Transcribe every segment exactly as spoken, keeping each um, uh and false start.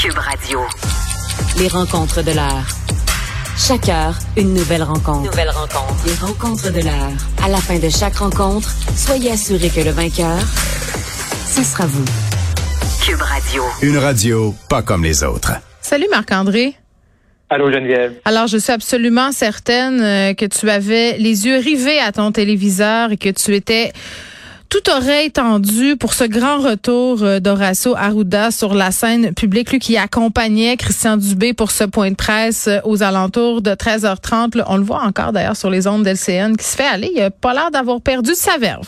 Cube Radio. Les rencontres de l'heure. Chaque heure, une nouvelle rencontre. Nouvelle rencontre. Les rencontres de l'heure. À la fin de chaque rencontre, soyez assurés que le vainqueur, ce sera vous. Cube Radio. Une radio pas comme les autres. Salut Marc-André. Allô Geneviève. Alors, je suis absolument certaine euh, que tu avais les yeux rivés à ton téléviseur et que tu étais toute oreille tendue pour ce grand retour euh, d'Horacio Arruda sur la scène publique, lui qui accompagnait Christian Dubé pour ce point de presse euh, aux alentours de treize heures trente. Là, on le voit encore d'ailleurs sur les ondes d'L C N qui se fait aller. Il a pas l'air d'avoir perdu de sa verve.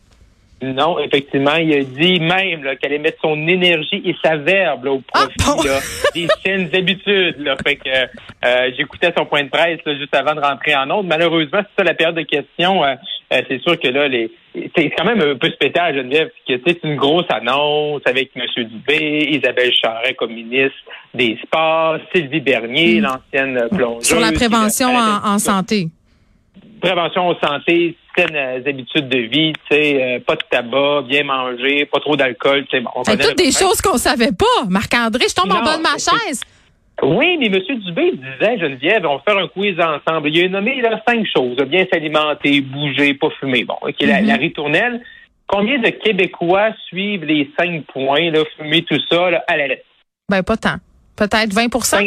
Non, effectivement, il a dit même là, qu'elle allait mettre son énergie et sa verve là, au profit ah, bon. là, des saines habitudes. Là. Fait que euh, j'écoutais son point de presse là, juste avant de rentrer en ondes. Malheureusement, c'est ça la période de questions. Euh, euh, c'est sûr que là, les c'est quand même un peu spécial, Geneviève, que c'est une grosse annonce avec M. Dubé, Isabelle Charest comme ministre des Sports, Sylvie Bernier, mmh. l'ancienne plongeuse. Sur la prévention en, en santé. Prévention en santé, saines habitudes de vie, tu sais, euh, pas de tabac, bien manger, pas trop d'alcool, tu sais. Bon, c'est toutes des choses qu'on savait pas. Marc-André, je tombe non, en bas de ma chaise. Oui, mais M. Dubé disait, Geneviève, on va faire un quiz ensemble. Il a nommé là, cinq choses. Bien s'alimenter, bouger, pas fumer. Bon, OK, mm-hmm. la, la ritournelle. Combien de Québécois suivent les cinq points, là, fumer, tout ça, là, à la lettre? Ben, pas tant. Peut-être vingt pour cent.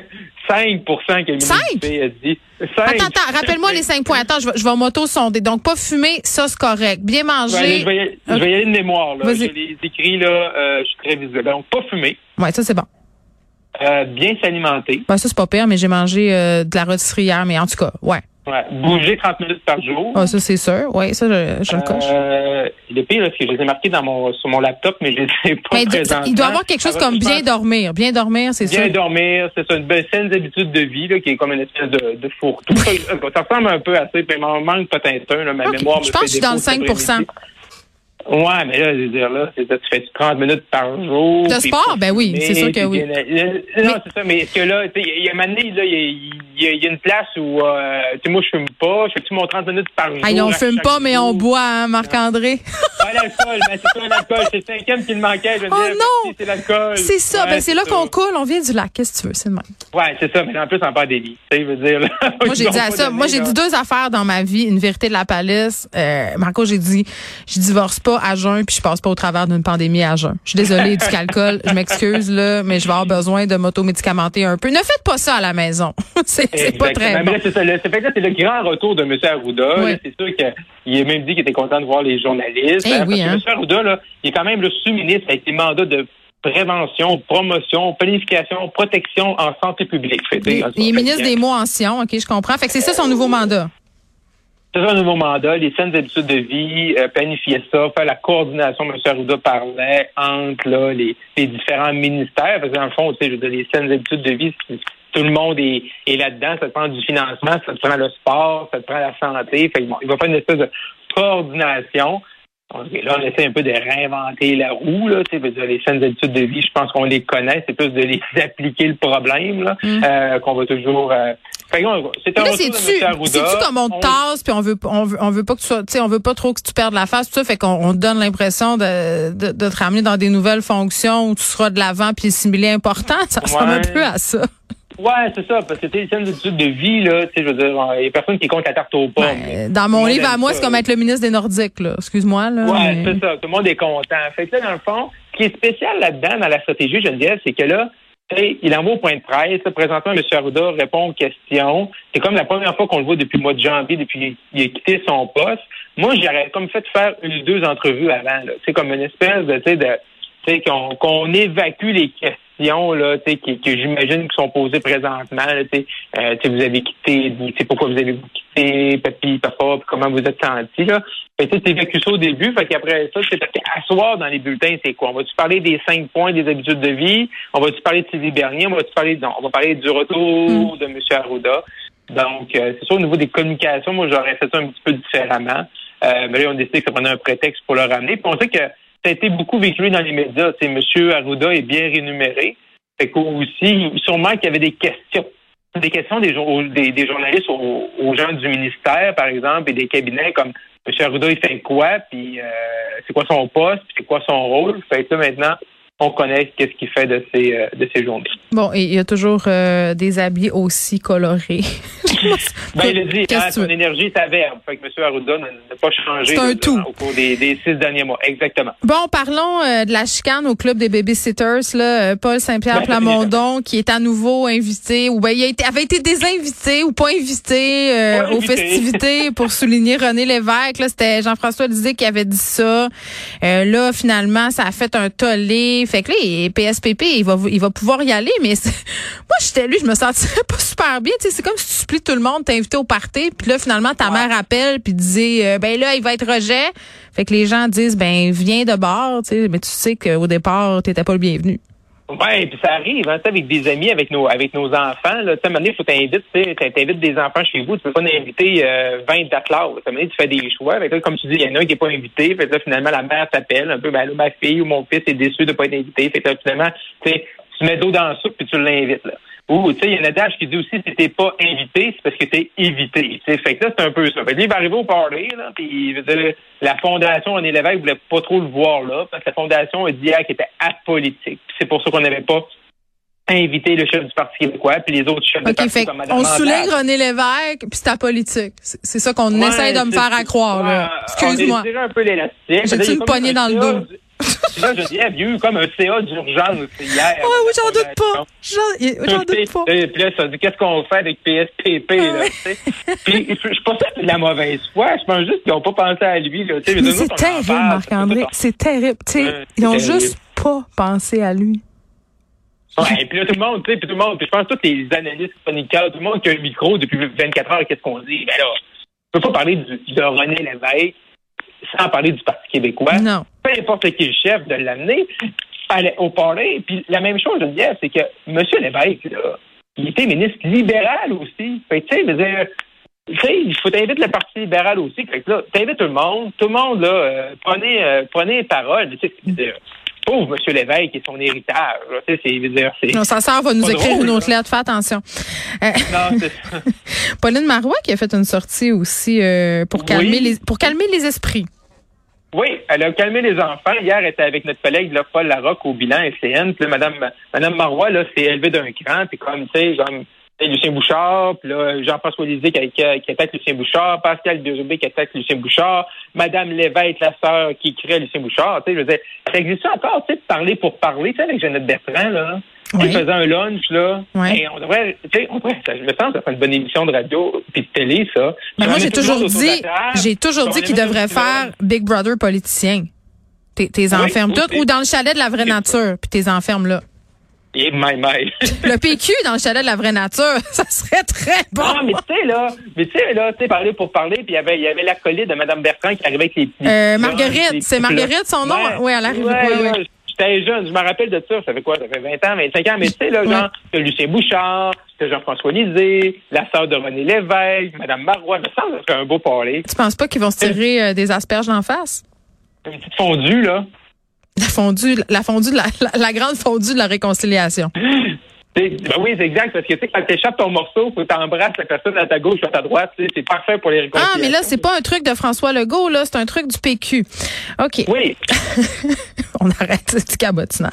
cinq pour cent que le ministre Dubé a dit. cinq Attends, attends, rappelle-moi les cinq points. Attends, je vais, je vais m'auto-sonder. Donc, pas fumer, ça, c'est correct. Bien manger. Ouais, je, vais y, je vais y aller de mémoire, là. Vas-y. Je les écrits, là, euh, je suis très visuel. Donc, pas fumer. Ouais, ça, c'est bon. Euh, bien s'alimenter. Ben, ça, c'est pas pire, mais j'ai mangé euh, de la rôtisserie hier, mais en tout cas, ouais. Ouais. Bouger trente minutes par jour. Ah, ça, c'est sûr. Oui, ça, je, je le coche. Euh, le pire, là, c'est que je les ai marqués dans mon, sur mon laptop, mais je les ai pas mais présentement. Il doit y avoir quelque chose comme bien dormir. Bien dormir, c'est ça. Bien dormir, c'est ça. Une belle saine habitude de vie, là, qui est comme une espèce de, de fourre-tout. ça, ça ressemble un peu à ça, puis il m'en manque peut-être un, là, ma okay. mémoire me Je pense que je suis dans le cinq pour cent. Ouais, mais là, je veux dire, là, c'est ça, tu fais trente minutes par jour. De sport, ben oui, c'est sûr que oui. Bien, non, mais... c'est ça, mais est-ce que là, tu sais, il y a un moment donné, là, il y, y, y a une place où, euh, tu sais, moi, je fume pas, je fais-tu mon trente minutes par jour. Ah, on fume pas, jour. Mais on boit, hein, Marc-André. Ouais, l'alcool, ben, c'est ça, l'alcool. C'est le cinquième qui me manquait, je veux oh dire. non! C'est l'alcool. C'est ça, ouais, ben, c'est, c'est là ça. qu'on coule, on vient du lac, qu'est-ce que tu veux, c'est le même. Ouais, c'est ça, mais en plus, on parle des lits, tu sais, je veux dire, là. Moi, j'ai dit à ça, donné, moi, j'ai là. dit deux affaires dans ma vie, une vérité de la palisse. Euh, Marco, j'ai dit, je divorce pas à jeun, puis je passe pas au travers d'une pandémie à jeun. Je suis désolée du calcul, je m'excuse là, mais je vais avoir besoin de m'automédicamenter un peu. Ne faites pas ça à la maison. c'est, c'est pas très bon. Mais là, c'est ça. Là, c'est, fait que là, c'est le grand retour de M. Arruda. Oui. Là, c'est sûr qu'il a même dit qu'il était content de voir les journalistes. Eh hein, oui, parce hein. que M. Arruda, là, il est quand même le sous-ministre avec des mandats de prévention, promotion, planification, protection en santé publique. Fait, il, il est ministre des mots anciens, OK, je comprends. Fait que c'est ça son nouveau mandat. C'est ça un nouveau mandat, les saines habitudes de vie, euh, planifier ça, faire la coordination, M. Arruda parlait, entre là, les, les différents ministères. Parce que dans le fond, tu sais, je veux dire, les saines habitudes de vie, tout le monde est, est là-dedans. Ça te prend du financement, ça te prend le sport, ça te prend la santé. Fait que bon, il va faire une espèce de coordination. Là, on essaie un peu de réinventer la roue, là, tu sais, les saines habitudes de vie, je pense qu'on les connaît, c'est plus de les appliquer le problème, là, mm. euh, qu'on va toujours... Euh... Fait que, c'est un là, retour c'est-tu, de M. Arruda. C'est-tu comme on te tasse, puis on veut, on veut, on veut pas que tu sois, tu sais, on veut pas trop que tu perdes la face, tout ça, fait qu'on on te donne l'impression de, de, de te ramener dans des nouvelles fonctions où tu seras de l'avant puis similé important, ça ressemble ouais. un peu à ça. Ouais, c'est ça, parce que tu sais, les saines habitudes de vie, là, tu sais, je veux dire, il y a personne qui compte la tarte aux pommes. Ben, dans mon livre à moi, c'est comme être le ministre des Nordiques, là. Excuse-moi, là. Ouais, mais... c'est ça. Tout le monde est content. Fait que là, dans le fond, ce qui est spécial là-dedans, dans la stratégie Geneviève, c'est que là, il envoie au point de presse. Là, présentement, M. Arruda répond aux questions. C'est comme la première fois qu'on le voit depuis le mois de janvier, depuis qu'il a quitté son poste. Moi, j'aurais comme fait faire une ou deux entrevues avant. C'est comme une espèce de, tu sais, de, tu sais, qu'on, qu'on évacue les questions là, tu sais, qui, que j'imagine qui sont posées présentement. Là, tu sais, euh, tu sais, vous avez quitté, tu sais, pourquoi vous avez quitté, papi, papa, puis comment vous êtes senti là. Fait que tu évacues ça au début, fait qu'après ça, c'est parce qu'asseoir dans les bulletins, c'est quoi? On va-tu parler des cinq points des habitudes de vie? On va-tu parler de Sylvie Bernier? On va-tu parler, non, on va parler du retour de M. Arruda. Donc, euh, c'est sûr, au niveau des communications, moi, j'aurais fait ça un petit peu différemment. Euh, mais là, on a décidé que ça prenait un prétexte pour le ramener. Puis on sait que ça a été beaucoup véhiculé dans les médias. Tu sais, M. Arruda est bien rémunéré. Fait qu'aussi, sûrement qu'il y avait des questions. Des questions des, des, des journalistes aux, aux gens du ministère, par exemple, et des cabinets comme M. Arruda, il fait quoi, puis euh, c'est quoi son poste, puis c'est quoi son rôle. Fait que là, maintenant, on connaît qu'est-ce qu'il fait de ses, euh, de ses journées. Bon, et il y a toujours euh, des habits aussi colorés. ben, il a dit, hein, son énergie est à verbe. Fait que M. Arruda n'a pas changé là, là, au cours des, des six derniers mois. Exactement. Bon, parlons euh, de la chicane au club des babysitters. Là, euh, Paul Saint-Pierre ben, Plamondon, qui est à nouveau invité, ou ben il a été, avait été désinvité ou pas invité euh, pas aux invité. festivités pour souligner René Lévesque. Là, c'était Jean-François Lisée qui avait dit ça. Euh, là, finalement, ça a fait un tollé. Fait que là, P S P P, il va, il va pouvoir y aller, mais moi, j'étais lui, je me sentirais pas super bien. Tu sais, c'est comme si tu supplies tout le monde, t'es invité au party, puis là, finalement, ta ouais. mère appelle, puis disait, euh, ben là, il va être rejet. Fait que les gens disent, ben viens de bord, tu sais, mais tu sais qu'au départ, t'étais pas le bienvenu. Ouais, puis ça arrive, hein, avec des amis, avec nos avec nos enfants. Là, tu sais, à un moment donné, il faut t'inviter, tu sais, t'invites des enfants chez vous, tu peux pas inviter euh, vingt de la classe. À un moment donné, tu fais des choix. Fait que là, comme tu dis, il y en a un qui est pas invité. Fait que là, finalement, la mère t'appelle un peu, ben là, ma fille ou mon fils est déçu de pas être invité. Fait que là, finalement, tu sais, tu mets d'eau dans la soupe puis tu l'invites, là. Ou, tu sais, il y a un adage qui dit aussi, si t'es pas invité, c'est parce que t'es évité. T'sais. Fait que là, c'est un peu ça. Fait que là, il va arriver au party, là, puis la Fondation René Lévesque voulait pas trop le voir là, parce que la Fondation a dit hier qu'elle était apolitique. Puis c'est pour ça qu'on n'avait pas invité le chef du Parti québécois, puis les autres chefs okay, de parti fait comme Mme on Mandel. Souligne René Lévesque, puis c'est apolitique. C'est, c'est ça qu'on ouais, essaie de me faire à croire, ouais, là. Excuse-moi. On a tiré un peu l'élastique. J'ai-tu une poignée dans le dos? Là, je dis, il y a eu comme un C A d'urgence hier. Oui, oui, j'en doute pas. J'en, j'en doute pas. Puis là, ça dit, qu'est-ce qu'on fait avec P S P P, là, tu sais? Puis, je suis pas sûr que c'est de la mauvaise foi. Je pense juste qu'ils n'ont pas pensé à lui, là. Mais c'est autres, terrible, Marc-André. C'est terrible. Tu sais, euh, ils ont terrible. juste pas pensé à lui. Ouais, et puis là, tout le monde, tu sais, puis tout le monde, puis je pense que tous les analystes chroniqueurs, tout le monde qui a un micro depuis vingt-quatre heures, qu'est-ce qu'on dit? Ben là, on peut pas parler du, de René Lévesque sans parler du Parti québécois. Non. Peu importe qui est le chef, de l'amener au parler. Puis la même chose, je veux dire, c'est que M. Lévesque, là, il était ministre libéral aussi. Fait que, tu sais, je veux dire, tu sais, il faut t'inviter le Parti libéral aussi. Fait que là, t'invites tout le monde. Tout le monde, là, euh, prenez, euh, prenez parole. Tu sais, je veux dire, pauvre M. Lévesque et son héritage. Là, tu sais, c'est, je veux dire, c'est... Non, sa sœur va nous écrire drôle, une autre lettre. Fais attention. Euh, non, c'est ça. Pauline Marois qui a fait une sortie aussi euh, pour calmer oui. les pour calmer les esprits. Oui, elle a calmé les enfants. Hier, elle était avec notre collègue là, Paul Larocque au bilan S C N. Puis là, Madame, Madame Marois là, s'est élevée d'un cran. Puis comme, tu sais, comme Lucien Bouchard, puis là, Jean-François Lisée qui, qui, qui attaque Lucien Bouchard, Pascal Bérubé qui attaque Lucien Bouchard, Madame Lévesque, la sœur qui crée Lucien Bouchard. Tu sais, je veux dire, ça existe encore, tu sais, de parler pour parler, tu sais, avec Jeannette Bertrand, là. Oui. Il faisait un lunch, là. Oui. Et on devrait, tu sais, on devrait, ça, je me sens, ça fait une bonne émission de radio puis de télé, ça. Mais moi, j'ai toujours dit, j'ai toujours dit qu'il devrait faire Big Brother politicien. T'es, t'es enfermes oui, toutes, ou dans le chalet de la vraie nature, puis t'es enfermes là. Et my, my. Le P Q dans le chalet de la vraie nature, ça serait très bon. Non, mais tu sais, là, mais tu sais, là, tu sais, parler pour parler, puis il y avait, il y avait l'acolyte de Mme Bertrand qui arrivait avec les petits. Euh, Marguerite, les c'est Marguerite son nom? Ouais, oui, elle arrive. Ouais, oui, ouais. oui. J'étais jeune, je me rappelle de ça, ça fait quoi? Ça fait vingt ans, vingt-cinq ans, mais tu sais, là, genre, ouais. T'as Lucien Bouchard, t'as Jean-François Lisée, la sœur de René Lévesque, Mme Marois, me semble que c'est un beau parler. Tu penses pas qu'ils vont se tirer euh, des asperges d'en face? Une petite fondue, là. La fondue, la fondue, la, la, la grande fondue de la réconciliation. Ben oui, c'est exact, parce que tu sais, quand t'échappes ton morceau, faut que t'embrasses la personne à ta gauche ou à ta droite, c'est parfait pour les réconciliations. Ah, mais là, c'est pas un truc de François Legault, là, c'est un truc du P Q. OK. Oui. On arrête ce petit cabotinage.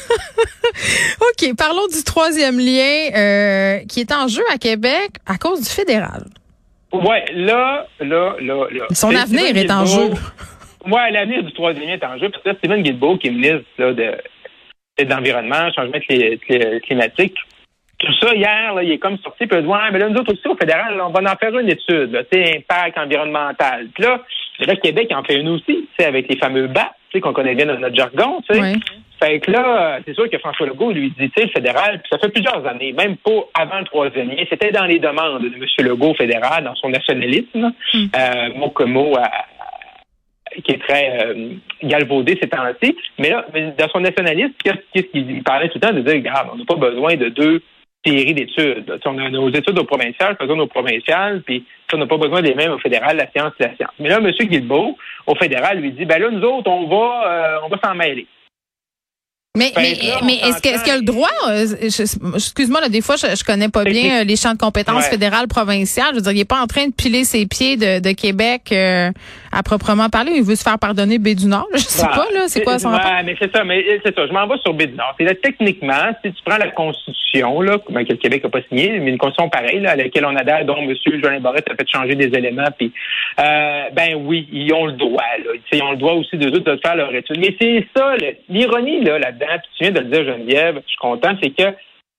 OK, parlons du troisième lien euh, qui est en jeu à Québec à cause du fédéral. Ouais, là, là, là, là. Son avenir Stephen est en jeu. Ouais, l'avenir du troisième lien est en jeu, parce que là, Stephen Guilbeault, qui est ministre là, de... d'environnement, changement climatique. Tout ça, hier, là, il est comme sorti, puis il a dit, ouais, mais là, nous autres aussi, au fédéral, là, on va en faire une étude, tu sais, impact environnemental. Puis là, le Québec en fait une aussi, tu sais, avec les fameux B A T, tu sais, qu'on connaît bien dans notre jargon, tu sais. Oui. Fait que là, c'est sûr que François Legault lui dit, tu sais, le fédéral, puis ça fait plusieurs années, même pas avant le troisième lien, c'était dans les demandes de M. Legault fédéral, dans son nationalisme, mm. euh, mot que mot à qui est très euh, galvaudé ces temps-ci. Mais là, dans son nationalisme, qu'est-ce qu'il parlait tout le temps de dire, regarde, on n'a pas besoin de deux séries d'études. On a nos études au provincial, faisons nos provinciales, puis on n'a pas besoin des mêmes au fédéral, la science, la science. Mais là, M. Guilbeault, au fédéral, lui dit, ben là, nous autres, on va, euh, on va s'en mêler. Mais, mais, là, mais est-ce que, est-ce qu'il y a le droit, euh, je- excuse-moi, là, des fois, je, je connais pas bien euh, les champs de compétences ouais. fédérales, provinciales. Je veux dire, il est pas en train de piler ses pieds de, de Québec euh, à proprement parler. Il veut se faire pardonner Baie du Nord. Je sais Ah, pas, là, c'est quoi son ouais, rapport? mais c'est ça, mais c'est ça. Je m'en vais sur Baie du Nord. C'est là, techniquement, si tu prends la Constitution, là, ben, que le Québec n'a pas signé, mais une Constitution pareille, là, à laquelle on adhère, dont M. Jolin Barrette a fait changer des éléments, puis euh, ben oui, ils ont le droit, là. Ils ont le droit aussi d'eux autres de faire leur étude. Mais c'est ça, là, l'ironie, là, là-dedans, puis tu viens de le dire, Geneviève, je suis content, c'est que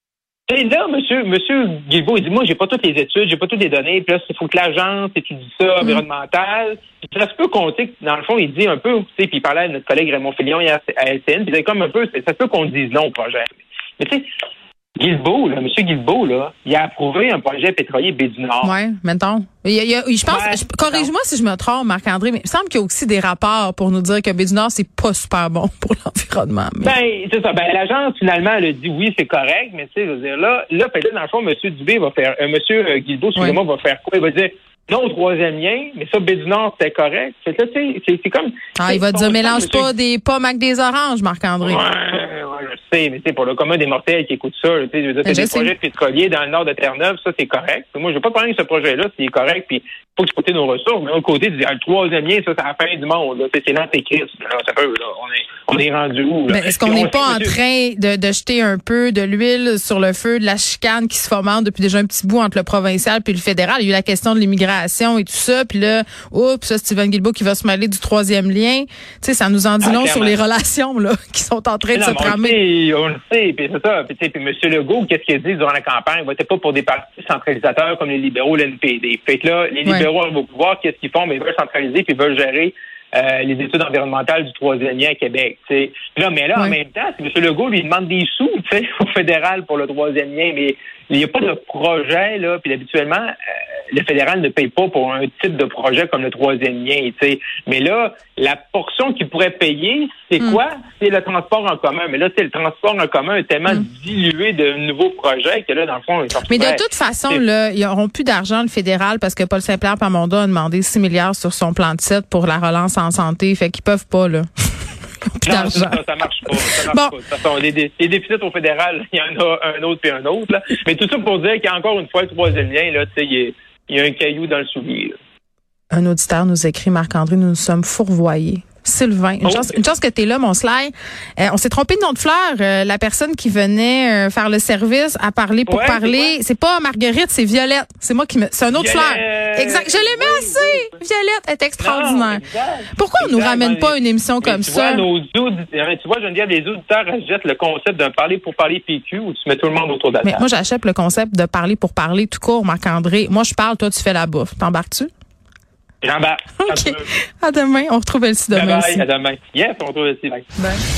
et là, monsieur, monsieur Guilbeault, il dit, moi, j'ai pas toutes les études, j'ai pas toutes les données, puis là, il faut que l'agence étudie ça, mm. environnemental. Puis ça se peut compter que, dans le fond, il dit un peu, tu sais, puis il parlait à notre collègue Raymond Filion hier à L C N, puis il disait comme un peu, ça se peut qu'on dise non au projet. Mais tu sais, Guilbeault, là, monsieur Guilbeault, là, il a approuvé un projet pétrolier Baie du Nord. Oui, mettons. Il y a, il y a, je pense, Ouais, je, corrige-moi si je me trompe, Marc-André, mais il me semble qu'il y a aussi des rapports pour nous dire que Baie du Nord, c'est pas super bon pour l'environnement. Mais... Ben, c'est ça. Ben, l'agence, finalement, elle a dit oui, c'est correct, mais tu sais, je veux dire, là, là, peut-être, dans le fond, monsieur Dubé va faire, euh, monsieur euh, Guilbeault, excusez-moi, ouais. va faire quoi? Il va dire, non au troisième lien, mais ça, Baie du Nord, c'était correct. C'est, là, tu sais, c'est, c'est comme... Ah, il va te dire, mélange monsieur... pas des pommes avec des oranges, Marc-André. Ouais, ouais, je sais, mais tu sais, pour le commun des mortels qui écoute ça, tu sais, je veux dire, c'est je des sais. projets pétroliers dans le nord de Terre-Neuve, ça, c'est correct. Moi, je veux pas parler de ce projet-là, s'il est correct, puis faut exploiter nos ressources. Mais d'un côté, le troisième lien, ça, c'est la fin du monde, là. C'est, c'est l'antéchrist, là. Ça peut, là. On est, on est rendu où, là? Mais est-ce qu'on n'est pas en train de, de jeter un peu de l'huile sur le feu de la chicane qui se fomente depuis déjà un petit bout entre le provincial puis le fédéral? Il y a eu la question de l'immigration et tout ça, puis là, oups, ça, Steven Guilbeault qui va se mêler du troisième lien. Tu sais, ça nous en dit long ah, sur les relations, là, qui sont en train de non, se tramer. On le sait, puis c'est ça. Puis, tu sais, puis M. Legault, qu'est-ce qu'il dit durant la campagne? Il votait pas pour des partis centralisateurs comme les libéraux, l'N P D. Fait que là, les libéraux ouais. vont pouvoir, qu'est-ce qu'ils font? Mais ils veulent centraliser puis ils veulent gérer euh, les études environnementales du troisième lien à Québec. T'sais. Là, mais là, ouais. en même temps, si M. Legault lui demande des sous au fédéral pour le troisième lien, mais il n'y a pas de projet, là, puis habituellement, euh, le fédéral ne paye pas pour un type de projet comme le troisième lien, tu sais. Mais là, la portion qu'il pourrait payer, c'est mm. quoi? C'est le transport en commun. Mais là, c'est le transport en commun est tellement mm. dilué de nouveaux projets que là, dans le fond, ils sont Mais de toute façon, c'est... là, ils n'auront plus d'argent, le fédéral, parce que Paul Saint-Pierre Plamondon a demandé six milliards sur son plan de sept pour la relance en santé. Fait qu'ils peuvent pas, là. Non, ça, ça marche pas. Ça marche bon. pas. De toute façon, les, les déficits au fédéral, il y en a un autre puis un autre. Là. Mais tout ça pour dire qu'il y a encore une fois le troisième lien, là, tu sais, il, il y a un caillou dans le soulier. Là. Un auditeur nous écrit, Marc-André, nous nous sommes fourvoyés. Sylvain, une, oh, chance, une chance que tu es là, mon Sly. Euh, on s'est trompé de nom de fleur. Euh, la personne qui venait euh, faire le service à parler pour ouais, parler, c'est, c'est pas Marguerite, c'est Violette. C'est moi qui me... C'est un autre Violette. Fleur. Exact. Je l'aimais oui, assez. Oui, oui. Violette est extraordinaire. Non, pourquoi exact. On nous ramène pas une émission comme tu ça? Vois, nos auditeurs, tu vois, Geneviève, les auditeurs achètent le concept d'un parler pour parler P Q où tu mets tout le monde autour de la table. Mais moi, j'achète le concept de parler pour parler tout court, Marc-André. Moi, je parle, toi, tu fais la bouffe. T'embarques-tu? J'embarque. OK. À demain. On retrouve Elsie demain. Bye bye, à demain. Yes, on retrouve Elsie. Bye. Bye.